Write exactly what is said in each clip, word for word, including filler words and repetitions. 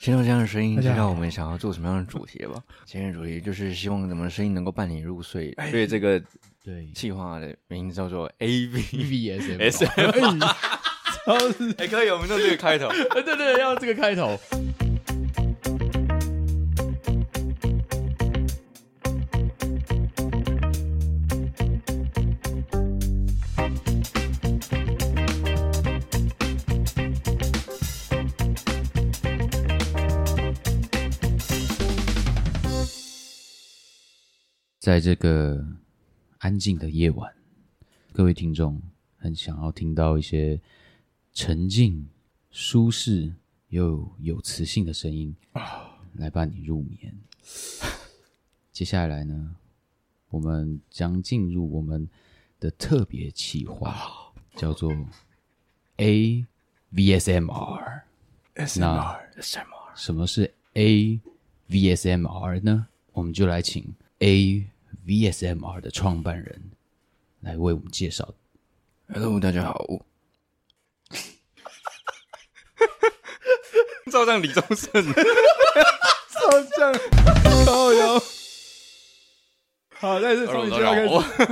听到这样的声音，知道我们想要做什么样的主题了吧？今天的主题就是希望咱们的声音能够伴你入睡，哎、所以这个对企划的名字叫做 A V S M R。哎，可以，我们用这个开头。 对对对，要这个开头。在这个安静的夜晚，各位听众很想要听到一些沉静、舒适又有磁性的声音，来伴你入眠。接下来呢，我们将进入我们的特别企划，叫做 A V S M R。那什么是 A V S M R 呢？我们就来请 A V S M R 的创办人来为我们介绍。 Hello， 大家好。照像李宗盛， 照像靠腰。好，再次从你介绍开始。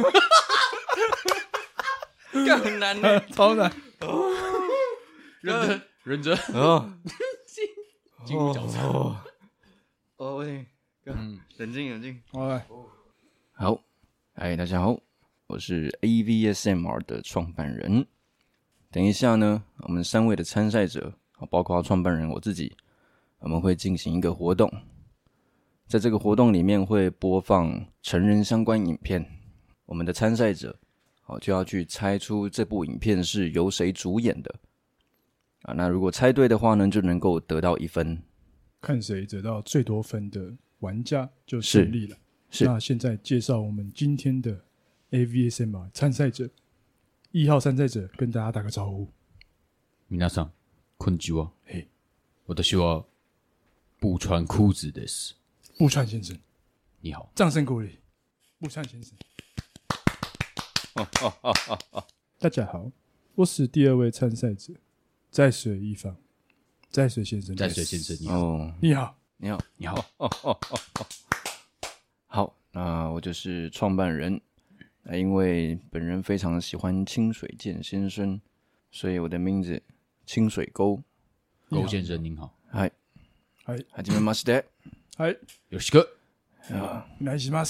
干很难呢， 超难。 认真，认真。 哦， 进入角色。 哦，哦，喂，嗯，冷静，冷静。 哎， 好，哎，大家好，我是 A V S M R 的创办人。等一下呢，我们三位的参赛者，包括创办人我自己，我们会进行一个活动。在这个活动里面会播放成人相关影片，我们的参赛者就要去猜出这部影片是由谁主演的。啊，那如果猜对的话呢，就能够得到一分。 看谁得到最多分的玩家就胜利了。 是。 那现在介绍我们今天的 A V S M R 参赛者，一号参赛者跟大家打个招呼。 皆さん、こんにちは。 嘿， 私は步川裤子です。 步川先生， 你好， 掌声鼓励。步川先生。 哦哦哦哦哦， 大家好，我是第二位参赛者，在水一方。在水先生， 在水先生，你好， 哦， 你好， 你好， 你好， 哦哦哦哦，好，那我就是创办人。那因为本人非常喜欢清水健先生，所以我的名字清水沟。 沟先生您好， はい、 はい、 はじめまして。 はい、 よろしく。 お願いします。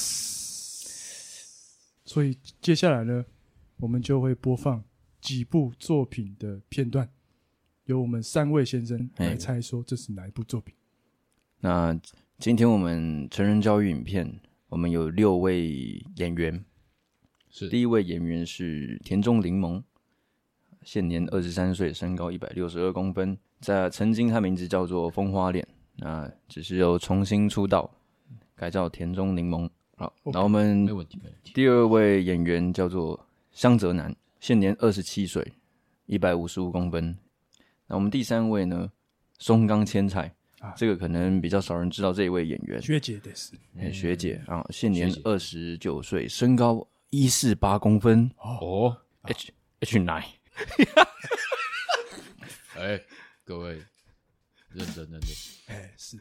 所以接下来呢，我们就会播放几部作品的片段。由我们三位先生来猜说这是哪一部作品。 那今天我们成人教育影片，我们有六位演员。 是， 第一位演员是田中柠檬，现年二十三岁，身高一百六十二公分。在曾经他名字叫做风花脸，那只是由重新出道，改叫田中柠檬。好， okay, 那我们没问题，没问题。 第二位演员叫做香泽南，现年二十七岁，一百五十五公分。那我们第三位呢，松冈千彩、啊，这个可能比较少人知道这一位演员。 学姐的是， 欸、学姐啊，现年二十九岁，身高一四八公分。 哦 ，H H nine。 哎，各位，认真认真。 哎，是。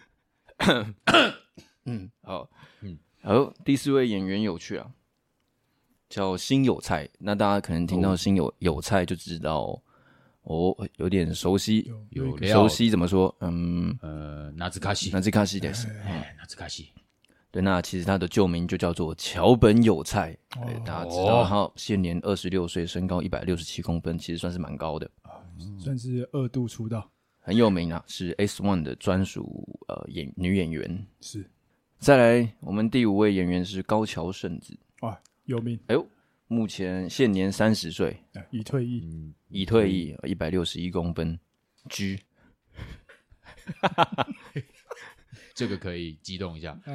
嗯，好，嗯，好，第四位演员有趣啊，叫新有菜。那大家可能听到新有、哦、有菜就知道。哦，有点熟悉， 有有熟悉怎么说？嗯， 呃，纳兹卡西， 纳兹卡西的是， 哎，纳兹卡西。 对，那其实他的旧名就叫做桥本有菜，哦、大家知道他现年二十六岁，身高一百六十七公分，其实算是蛮高的， 嗯、算是二度出道， 很有名啊，是 S One 的专属呃演女演员。 是， 再来，我们第五位演员是高桥圣子， 哇，有名， 哎呦。目前现年三十岁， 已退役， 嗯、已退役，一百六十一公分。G， 这个可以激动一下。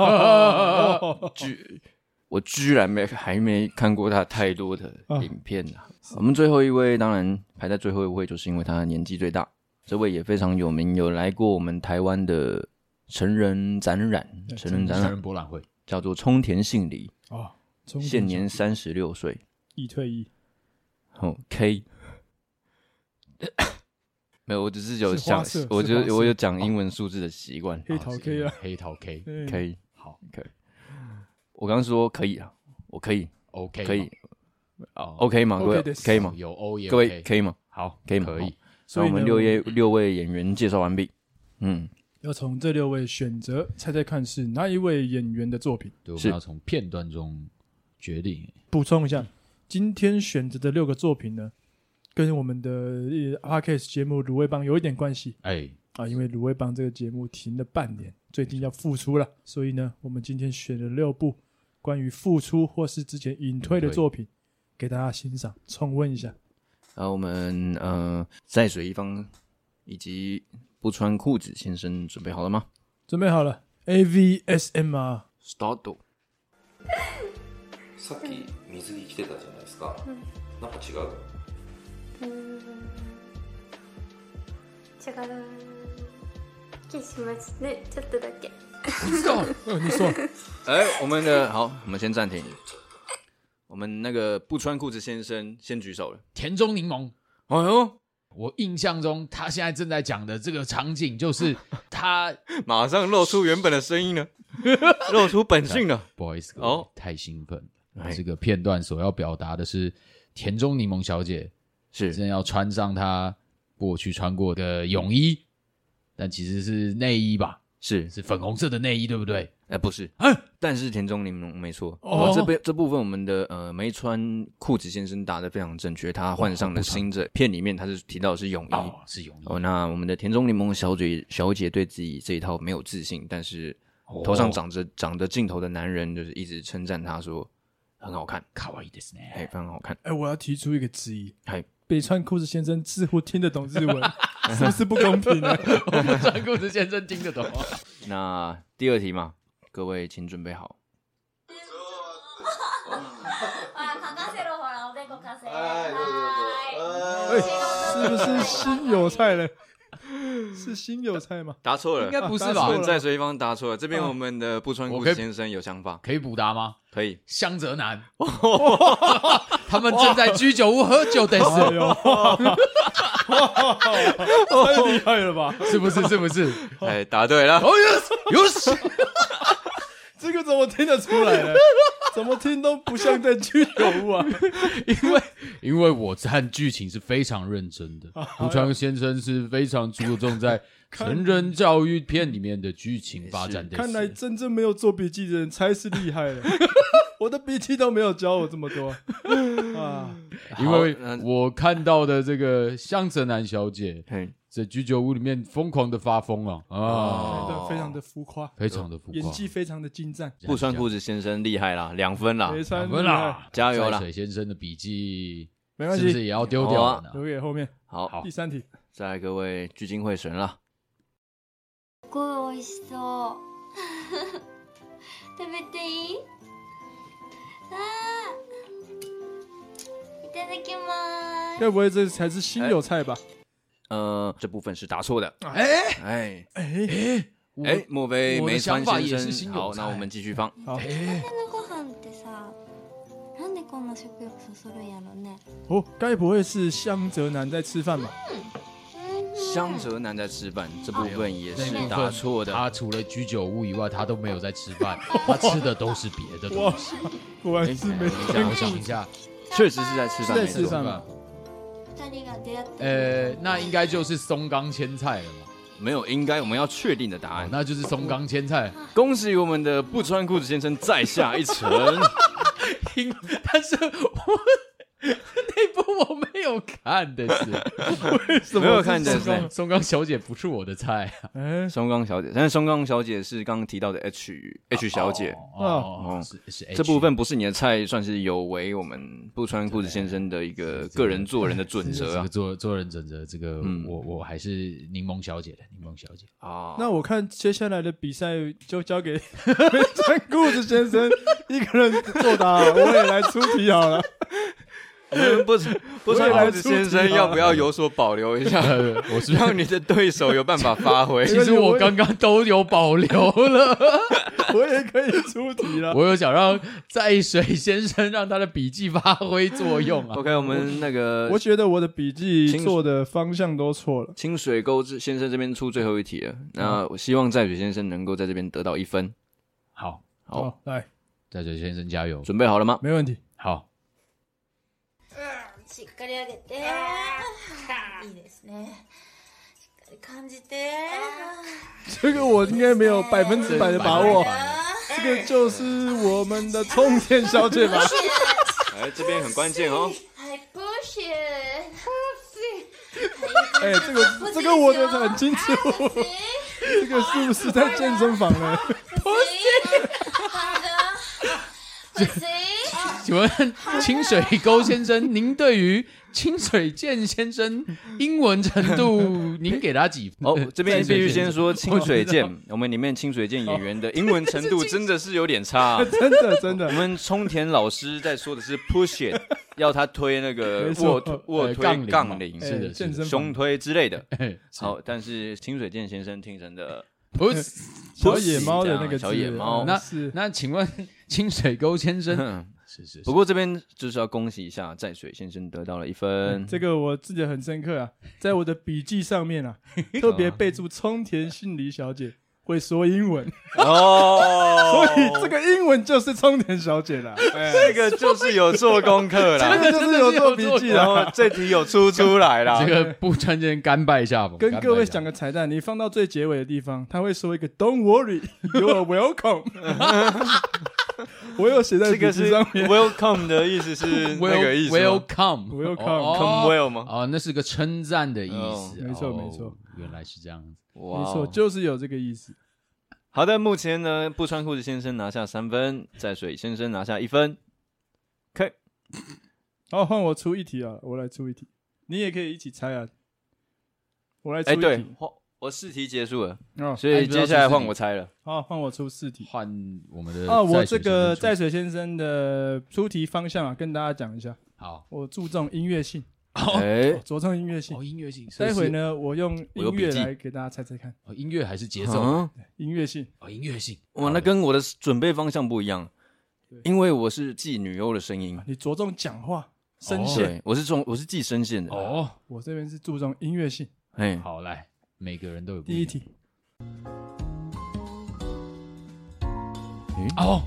G， 我居然没还没看过他太多的影片啊！我们最后一位当然排在最后一位，就是因为他年纪最大。这位也非常有名，有来过我们台湾的成人展览，成人展览、 成人博览会， 叫做冲田杏梨。 哦。 现年三十六岁， 已退役。 哦 ，K， 没有，我只是有讲是花色， 我就是花色我有讲英文数字的习惯。 黑桃 K 啊， 黑桃 K， 对可以， 好， 可以。我刚刚说可以啊，我可以， ，OK， 可以哦 ，OK 吗？各位 OK です可以吗？ 有 O 也各位 OK 可以吗？ 好， 可以吗？ 可以。 那所以呢我们六位六位演员介绍完毕。嗯， 要从这六位选择猜猜看是哪一位演员的作品。 对，我是们要从片段中决定。 补充一下，今天选择的六个作品呢，跟我们的呃 Podcast 节目《卤味帮》有一点关系哎， 啊，因为《卤味帮》这个节目停了半年，最近要复出了，所以呢，我们今天选了六部关于复出或是之前隐退的作品，给大家欣赏、重温一下。 然后我们呃在水一方以及不穿裤子先生准备好了吗准备好了 ，A V S M R。 ？Start。 さっき水着着てたじゃないですか、なんか違う？ うーん違う気しますね、ちょっとだけ。 呃，你说， 哎，我们的好，我们先暂停。我们那个不穿裤子先生先举手了。 田中柠檬， 哎呦， 我印象中他现在正在讲的这个场景就是他， 马上露出原本的声音了，露出本性了。 不好意思，各位哦太兴奋了。 哎这个片段所要表达的是田中柠檬小姐是正要穿上她过去穿过的泳衣，但其实是内衣吧？ 是， 是粉红色的内衣，对不对？ 哎，不是，但是田中柠檬没错。 哦哦，这边这部分我们的呃没穿裤子先生答得非常正确，他换上了新的片里面他是提到的是泳衣。 哦，是泳衣。 哦，那我们的田中柠檬小姐小姐对自己这一套没有自信，但是头上长着长着镜头的男人就是一直称赞她说很好看， 卡哇伊ですね。 哎，非常好看。 哎，我要提出一个质疑， 哎， 北川裤子先生似乎听得懂日文，是不是不公平呢？ 我们穿裤子先生听得懂吗？ 那第二题嘛，各位请准备好。 ほら、書かせろ、ほら、おでこ貸せ。 はいどうぞはどうぞ哎，是不是新有菜了？是新有菜吗？ 答错了， 应该不是答吧错了？ 我们在随方答错了。这边啊我们的不穿裤我可以子先生有想法， 可以补答吗？ 可以。 香泽男，他们正在居酒屋喝酒的哎是， 呦，太厉害了吧！ 是不是？是不是？ 哎，答对了。 哦，有有死！ 这个怎么听得出来呢？怎么听都不像在居酒屋啊！ 因为因为我看剧情是非常认真的，胡川先生是非常注重在成人教育片里面的剧情发展的。 看来真正没有做笔记的人才是厉害的。我的笔记都没有教我这么多啊！ 因为好那我看到的这个香泽南小姐嘿在居酒屋里面疯狂的发疯了啊， 哦非常的浮夸， 非常的浮夸， 演技非常的精湛， 不穿裤子先生厉害啦，两分啦， 非常两分厉害， 啦， 加油啦在水先生的笔记没关系， 是不是也要丢掉了呢？ 留给后面。 好， 好第三题， 再来各位聚精会神啦。 すごい美味しそう。食べていい？あーいただきます。 该不会这才是新有菜吧？ 呃，这部分是答错的。 哎哎哎， 哎，莫非我的没穿想法也先生？ 是新有好， 菜那我们继续放。 好哎， のご飯ってさ、なんでこんな食欲そそるんやろね。 哦，该不会是香泽男在吃饭吧？ 香泽男在吃饭，这部分也是那部分答错的。 他除了居酒屋以外，他都没有在吃饭，他吃的都是别的东西。 果然是没哎我想一下， 确实是在吃饭， 是在没错吃饭吗？ 二人が出会って。 呃，那应该就是松冈千菜了嘛？ 没有，应该我们要确定的答案。 那就是松冈千菜。 恭喜我们的不穿裤子先生再下一城。 因但是我那部我没有看的是， 什么没有看的是是松冈松冈小姐不是我的菜啊。 哎， 松冈小姐，但是松冈小姐是刚刚提到的 H H 小姐， 哦，是是 H 这部分不是你的菜，算是有违我们不穿裤子先生的一个个人做人的准则啊这个。做做人准则，这个嗯我我还是柠檬小姐的柠檬小姐。 啊， 那我看接下来的比赛就交给没穿裤子先生一个人作答，我也来出题好了。 我们不不穿裤子先生要不要有所保留一下？ 我是让你的对手有办法发挥。 其实我刚刚都有保留了， 我也可以出题了。 我有想让在水先生让他的笔记发挥作用啊。 OK， 我们那个我觉得我的笔记做的方向都错了。 清水沟先生这边出最后一题了，那我希望在水先生能够在这边得到一分。 好， 好， 好来， 在水先生加油， 准备好了吗？ 没问题。 好。 しっかり上げていいですねしっかり感じて这个我应该没有百分之百的把握，这个就是我们的冲田小姐吧？ 哎，这边很关键哦。 はい、push it push it 哎，这个这个我觉得很清楚，这个是不是在健身房呢？ push it 请问清水沟先生，您对于清水健先生英文程度，您给他几分？ 哦，这边必须先说清水健，我们里面清水健演员的英文程度真的是有点差、啊， 真的真的。 我们冲田老师在说的是 push it， 要他推那个卧卧推杠铃， 是的，是的， 胸推之类的。好，但是清水健先生听成的。 不是小野猫的那个小野猫， 那那请问清水沟先生，是是。 不过这边就是要恭喜一下在水先生得到了一分， 这个我记得很深刻啊，在我的笔记上面啊，特别备注冲田杏梨小姐会说英文哦，所以这个英文就是冲田小姐啦。 这个就是有做功课啦， 这个就是有做笔记啦， 这题有出出来啦。 这个不穿件甘拜下风。 跟各位讲个彩蛋，你放到最结尾的地方，他会说一个 "Don't worry, you are welcome"。我有写在笔记上面。 Welcome 的意思是那个意思 ，Welcome, Welcome, well 吗？ 哦，那是个称赞的意思。 没错没错， 原来是这样子。 没错，就是有这个意思。 好的，目前呢，不穿裤子先生拿下三分，在水先生拿下一分。OK， 好，换我出一题啊，我来出一题，你也可以一起猜啊。我来出一题。 哎，对，我试题结束了， 哦， 所以接下来换我猜了。 好，换我出四题。 换我们的啊，我这个在水先生的出题方向啊，跟大家讲一下。 好， 我注重音乐性。 哎， 着重音乐性， 哦，音乐性。 待会呢，我用音乐来给大家猜猜看。 哦，音乐还是节奏？ 音乐性。 哦，音乐性。 哇，那跟我的准备方向不一样，因为我是记女优的声音。 你着重讲话声线， 我是重我是记声线的。 哦， 我这边是注重音乐性。 哎，好，来，每个人都有。 第一题。 哦，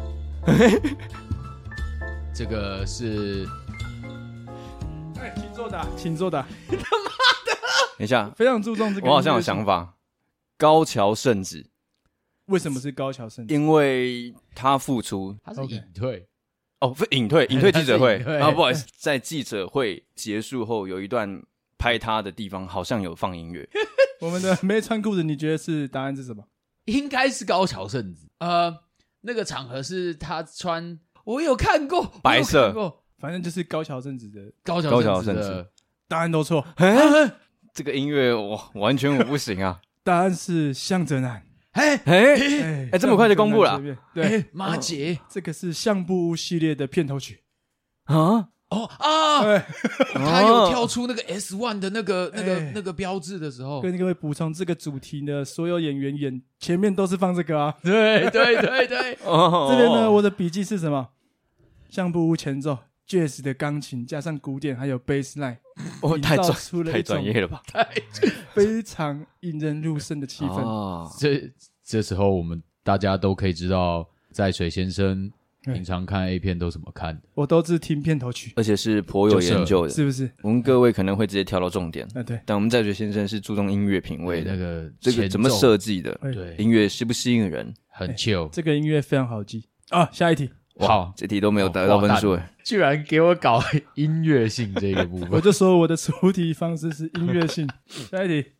这个是。 哎，请作答，请作答。 他妈的！等一下， 非常注重这个。 我好像有想法。高桥圣子， 为什么是高桥圣子？ 因为他付出， 他是隐退。 哦，隐退，隐退记者会。啊，不好意思，在记者会结束后，有一段拍他的地方，好像有放音乐。 我们的没穿裤子，你觉得是答案是什么？ 应该是高桥圣子。呃，那个场合是他穿，我有看过白色。 反正就是高桥圣子的高桥圣子， 答案都错。 这个音乐我完全我不行啊！ 答案是向泽南。 哎哎哎，这么快就公布了？ 对， 马姐， 这个是相步屋系列的片头曲啊！ 哦啊！他有跳出那个 S 一 的那个那个那个标志的时候， 跟各位补充，这个主题呢，所有演员演前面都是放这个啊。 对对对对， 这边呢，我的笔记是什么？相步屋前奏。Jazz 的钢琴加上鼓点还有 bass line， 哦，太专太专业了吧， 非常引人入胜的气氛。 哦、这这时候我们大家都可以知道，在水先生平常看 A 片都怎么看的。 我都是听片头曲， 而且是颇有研究的， 是不是？ 我们各位可能会直接跳到重点， 啊、对。 但我们在水先生是注重音乐品味的， 那个这个怎么设计的， 对， 音乐吸不吸引人， 很 chill， 这个音乐非常好记啊。下一题。 好， 这题都没有得到分数诶， 居然给我搞音乐性这个部分， 我就说我的出题方式是音乐性。下一题，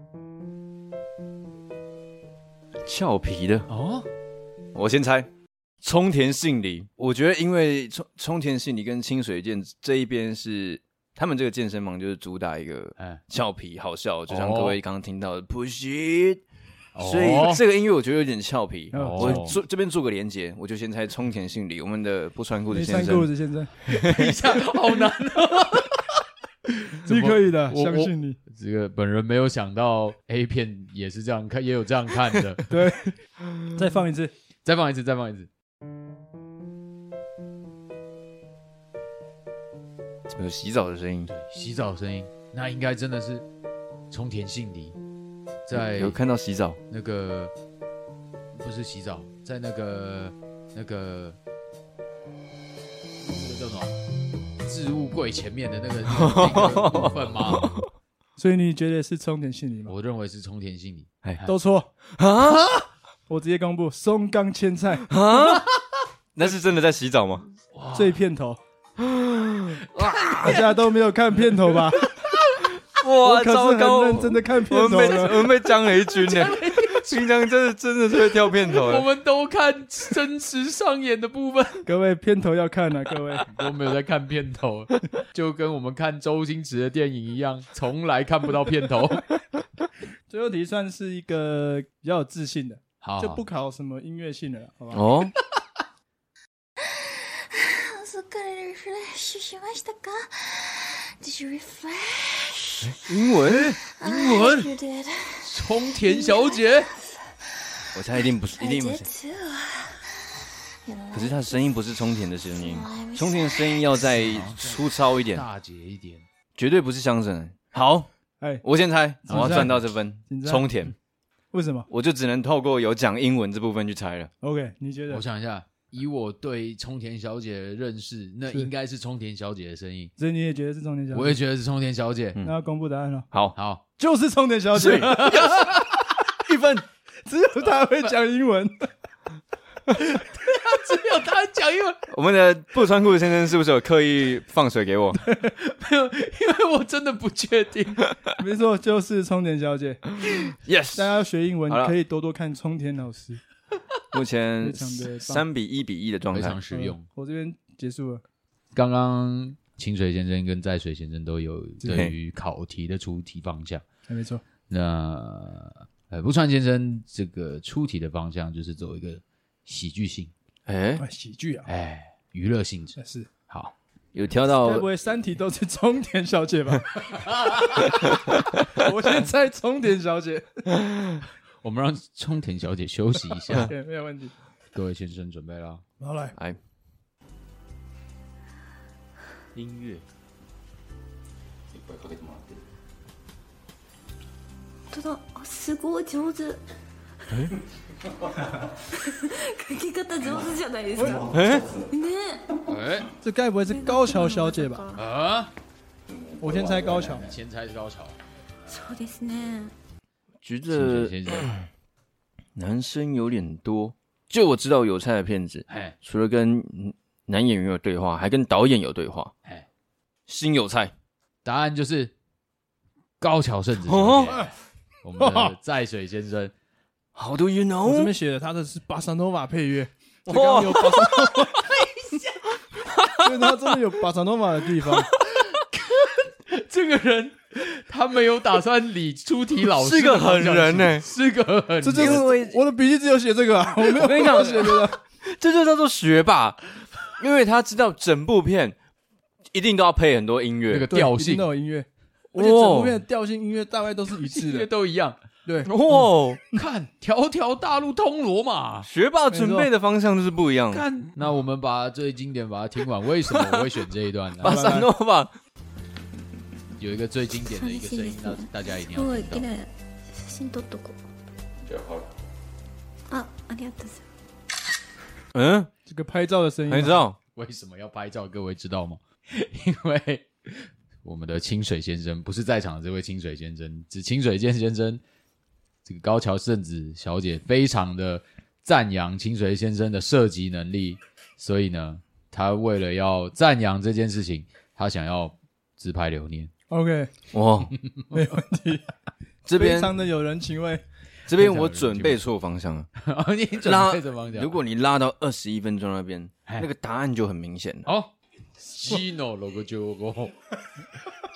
俏皮的哦， 我先猜冲田杏梨。我觉得因为冲冲田杏梨跟清水健这一边是他们这个健身房就是主打一个俏皮好笑，就像各位刚刚听到的 push it 所以这个音乐我觉得有点俏皮。 哦我做这边做个连结，我就先猜冲田杏里，我们的不穿裤子先没穿裤生。 子先生， 等一下，好难哦。 你可以的， 我相信你。 这个本人没有想到 A 片也是这样看，也有这样看的。 对，再放一次， 再放一次，再放一次。 怎么有洗澡的声音？ 洗澡声音，那应该真的是冲田杏里在有看到洗澡？ 那个不是洗澡，在那个那个那个叫什么置物柜前面的那个那个部分吗？ 所以你觉得是冲田杏里吗？ 我认为是冲田杏里。 哎都错啊！ 我直接公布松冈千菜啊！那是真的在洗澡吗？ 最片头，大家都没有看片头吧？我哇， 可是糟糕！ 很认真的看片我们被头了。 我们被江雷军呢，平常真的真的是会跳片头我的。 们都看真实上演的部分， 各位片头要看啊，各位。 都没有在看片头，就跟我们看周星驰的电影一样，从来看不到片头。 最后题算是一个比较有自信的， 好， 就不考什么音乐性的了，好吧？ 哦， 遅れリフレッシュしましたか？ Did you refresh? 英文， 英文 You did. 冲田小姐， 我猜一定不是，一 I 定不 did 是。 too. You know, 可是他的声音不是冲田的声音，冲田的声音要再粗糙一点， 大姐一点。 绝对不是香神。好， 哎， 我先猜， 紧张我要赚到这分紧。张冲田， 为什么我就只能透过有讲英文这部分去猜了。 ？OK，你觉得我？想一下，以我对冲田小姐的认识，那是应该是冲田小姐的声音。 所以你也觉得是冲田小姐？ 我也觉得是冲田小姐。 嗯那要公布答案了， 好， 好， 就是冲田小姐， 一分。 只有他会讲英文。 只有他讲英文， 我们的不穿裤子先生是不是有刻意放水给我？ 没有，因为我真的不确定。 没错，就是冲田小姐。 Yes， 大家要学英文好了可以多多看冲田老师。 目前非常的棒三比一比一的状态非常。实用嗯。我这边结束了。 刚刚清水先生跟在水先生都有对于考题的出题方向。 哎，没错。 那呃，不川先生这个出题的方向就是走一个喜剧性， 哎， 啊，喜剧啊， 哎，娱乐性质。 是。 好， 有挑到该不会三题都是冲田小姐吧？我先猜冲田小姐。 我们让冲田小姐休息一下。 对，没有问题。 各位先生准备了。 好来， 哎， 音乐， いっぱいかけてもらってる。 本当だ。あ、すごい上手。書き方上手じゃないですか。 哎， ね哎这该不会是高桥小姐吧？ 啊， 我先猜高桥。 先猜高潮。 そうですね。 觉清水得先生， 男生有点多。就我知道有菜的片子， 哎除了跟男演员有对话，还跟导演有对话。 哎， 新有菜， 答案就是高桥圣子小哦姐。我们的在水先生， How do you 我这 know？ 边写的他的是巴萨诺瓦配乐，这哇刚刚有巴萨诺瓦，所以他真的有巴萨诺瓦的地方。 这个人他没有打算理出题老师， 是个狠人呢、 是个狠人。 这就是我的笔记只有写这个啊，我没有我跟你讲写别的。 这就叫做学霸，因为他知道整部片一定都要配很多音乐。 那个对一定调性都有音乐，而且整部片的调性音乐大概都是一致音乐的。 都一样。 对， 哦， 看，条条大路通罗马。 学霸准备的方向就是不一样。 看，那我们把最经典把它听完。为什么我会选这一段呢？ 巴萨诺瓦， 有一个最经典的一个声音，那大家一定すご要听到。 い綺麗。写真撮っとこう。 じゃあ、はい。 あ、ありがとうございます。 嗯， 这个拍照的声音， 你知道？ 为什么要拍照？各位知道吗？因为我们的清水先生不是在场的这位清水先生，指清水健先生，这个高桥圣子小姐非常的赞扬清水先生的射击能力，所以呢，他为了要赞扬这件事情，他想要自拍留念。 OK， 哇， 没问题， 这边非常的有人情味。 这边我准备错方向了。 哦，你准拉备怎么讲？ 如果你拉到二十一分钟那边， 哎那个答案就很明显了。 哦，西诺 logo 九五，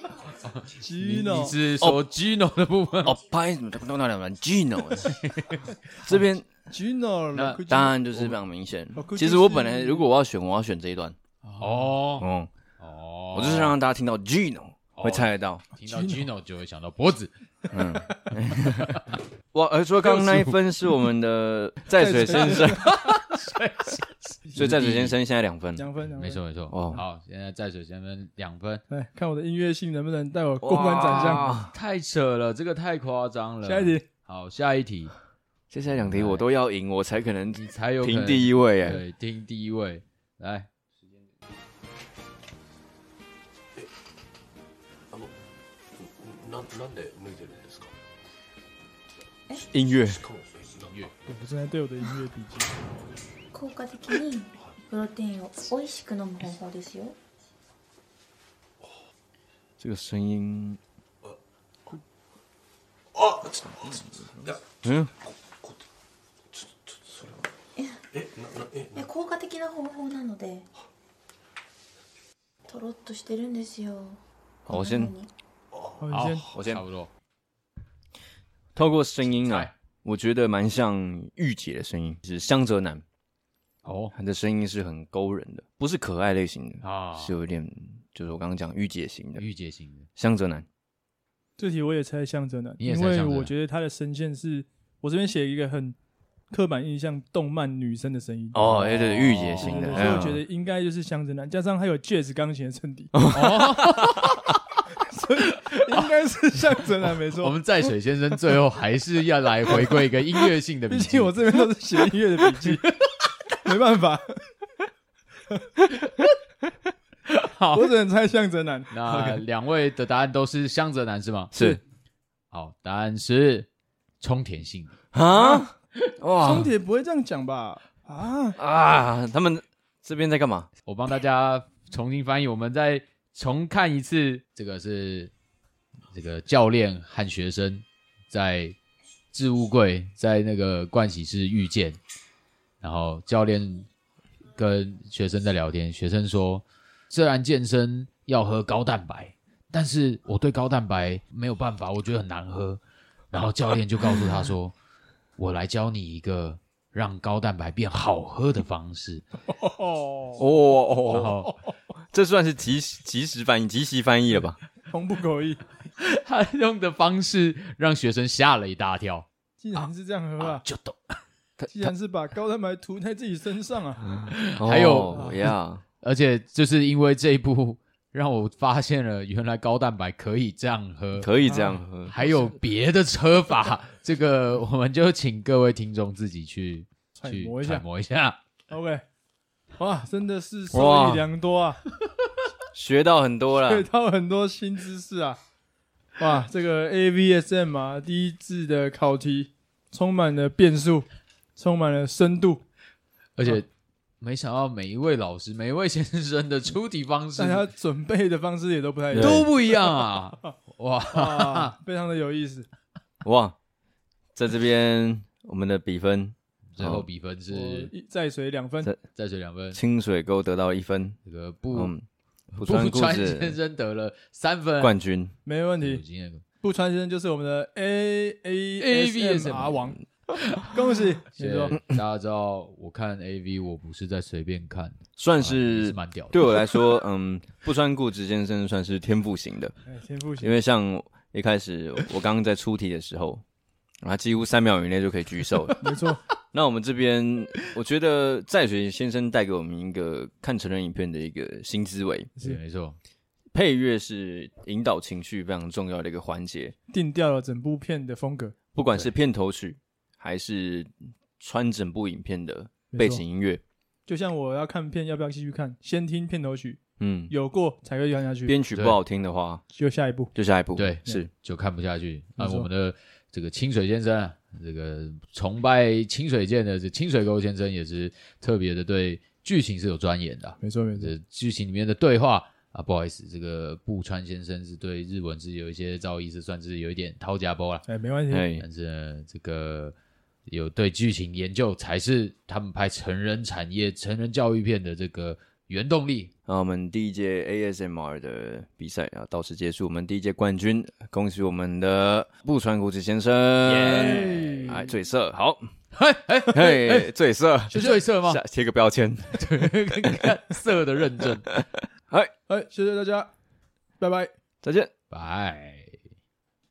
Gino 你是说 Gino 的部分？ 哦，拍什么东东两两 Gino， 这边 Gino 那当然就是非常明显哦。 其实我本来如果我要选，我要选这一段。 哦哦哦， 我就是让大家听到 Gino 会猜得到， 听到 Gino 就会想到脖子。 嗯，哇，而说刚刚那一分是我们的在水先生，所以在水先生现在两分， 两分，两分没错没错。 哦好，现在在水先生两分， 来看我的音乐性能不能带我过关斩将。 哇太扯了，这个太夸张了。 下一题， 好，下一题， 接下来两题我都要赢，我才可能你才有可能评第一位哎。 对，听第一位，来， ななんで脱いでるんですか？ 音乐我正在对我的音乐笔记。 効果的にプロテインを美味しく飲む方法ですよ。 这个声音， あ、 嗯， え、ななえ、 いや効果的な方法なのでとろっとしてるんですよ。 好，我先こんな風に好，你好先， 我先差不多。 透过声音啊来， 我觉得蛮像御姐的声音，是香泽男， 哦他的声音是很勾人的，不是可爱类型的， 啊， 是有一点，就是我刚刚讲御姐型的御姐型的， 香泽男。 这题我也猜向泽南， 你也因为猜向泽南我觉得他的声线是，我这边写一个很刻板印象，动漫女生的声音。 哦，哎对，御姐对型的， 对对，所以我嗯觉得应该就是向泽南，加上还有 jazz 钢琴的衬底， 哦， 所以应该是向泽南没我错。 们在水先生最后还是要来回归一个音乐性的笔毕记。 竟我这边都是写音乐的笔记，没办法， 好， 我只能猜向泽南。 那两位的答案都是香泽男是吗？ 是好，答案是冲田杏梨。 啊，哇松铁不会这样讲吧？啊， 啊，他们这边在干嘛？ 我帮大家重新翻译，我们再重看一次。这个是这个教练和学生在置物柜在那个盥洗室遇见，然后教练跟学生在聊天，学生说虽然健身要喝高蛋白，但是我对高蛋白没有办法，我觉得很难喝。然后教练就告诉他说我来教你一个让高蛋白变好喝的方式。 哦， 哦然哦， 后这算是即即时翻译、即席翻译了吧？ 同不口译， 他用的方式让学生吓了一大跳， 竟然是这样喝啊！ 就懂。 既然是把高蛋白涂在自己身上啊！ 还有哦呀， 而且就是因为这一部，让我发现了原来高蛋白可以这样喝， 可以这样喝， 还有别的喝法。这个我们就请各位听众自己去去揣摩一下揣摩一下。 OK，哇，真的是受哇益良多啊， 学到很多学了。 到很多新知识啊！哇，这个 A V S M 啊，第一次的考题充满了变数，充满了深度， 而且没想到每一位老师、每一位先生的出题方式大家准备的方式也都不太一样， 都不一样啊！哇， 哇，非常的有意思。 哇，在这边我们的比分， 最后比分我是一再水两分， 这再水两分， 清水沟得到一分， 这个不嗯，不不穿裤穿先子生得了三分， 冠军。 没问题。 有经验不穿先生就是我们的 A A A V S M M R 王，恭喜！ 谢谢你说大家知道，我看 A V 我不是在随便看， 算啊也是是蛮屌的。 对我来说，嗯，不穿裤子先生算是天赋型的， 哎，天赋型因为像一开始我刚刚在出题的时候，他几乎三秒以内就可以举手了。 没错， 那我们这边，我觉得在水先生带给我们一个看成人影片的一个新思维， 对，没错， 配乐是引导情绪非常重要的一个环节， 定调了整部片的风格。 不管是片头曲还是穿整部影片的背景音乐， 就像我要看片要不要继续看，先听片头曲， 嗯， 有过才会看下去， 编曲不好听的话， 就下一步。 就下一步， 对是就看不下去。啊， 没错我们的这个清水先生啊，这个崇拜清水剑的这清水沟先生也是特别的对剧情是有钻研的啊。 没错没错， 这剧情里面的对话啊，不好意思，这个步川先生是对日文是有一些造诣，是算是有一点掏家包啦。 哎，没关系， 哎， 但是呢，这个有对剧情研究才是他们拍成人产业、成人教育片的这个原动力。 那我们第一届 A S M R 的比赛啊，到此结束。我们第一届冠军，恭喜我们的布川古子先生， 耶哎，最色好， 嘿嘿嘿，最色是最色吗？ 下贴个标签， 对，看色的认证。 哎， 哎，谢谢大家，拜拜。 再见。 拜。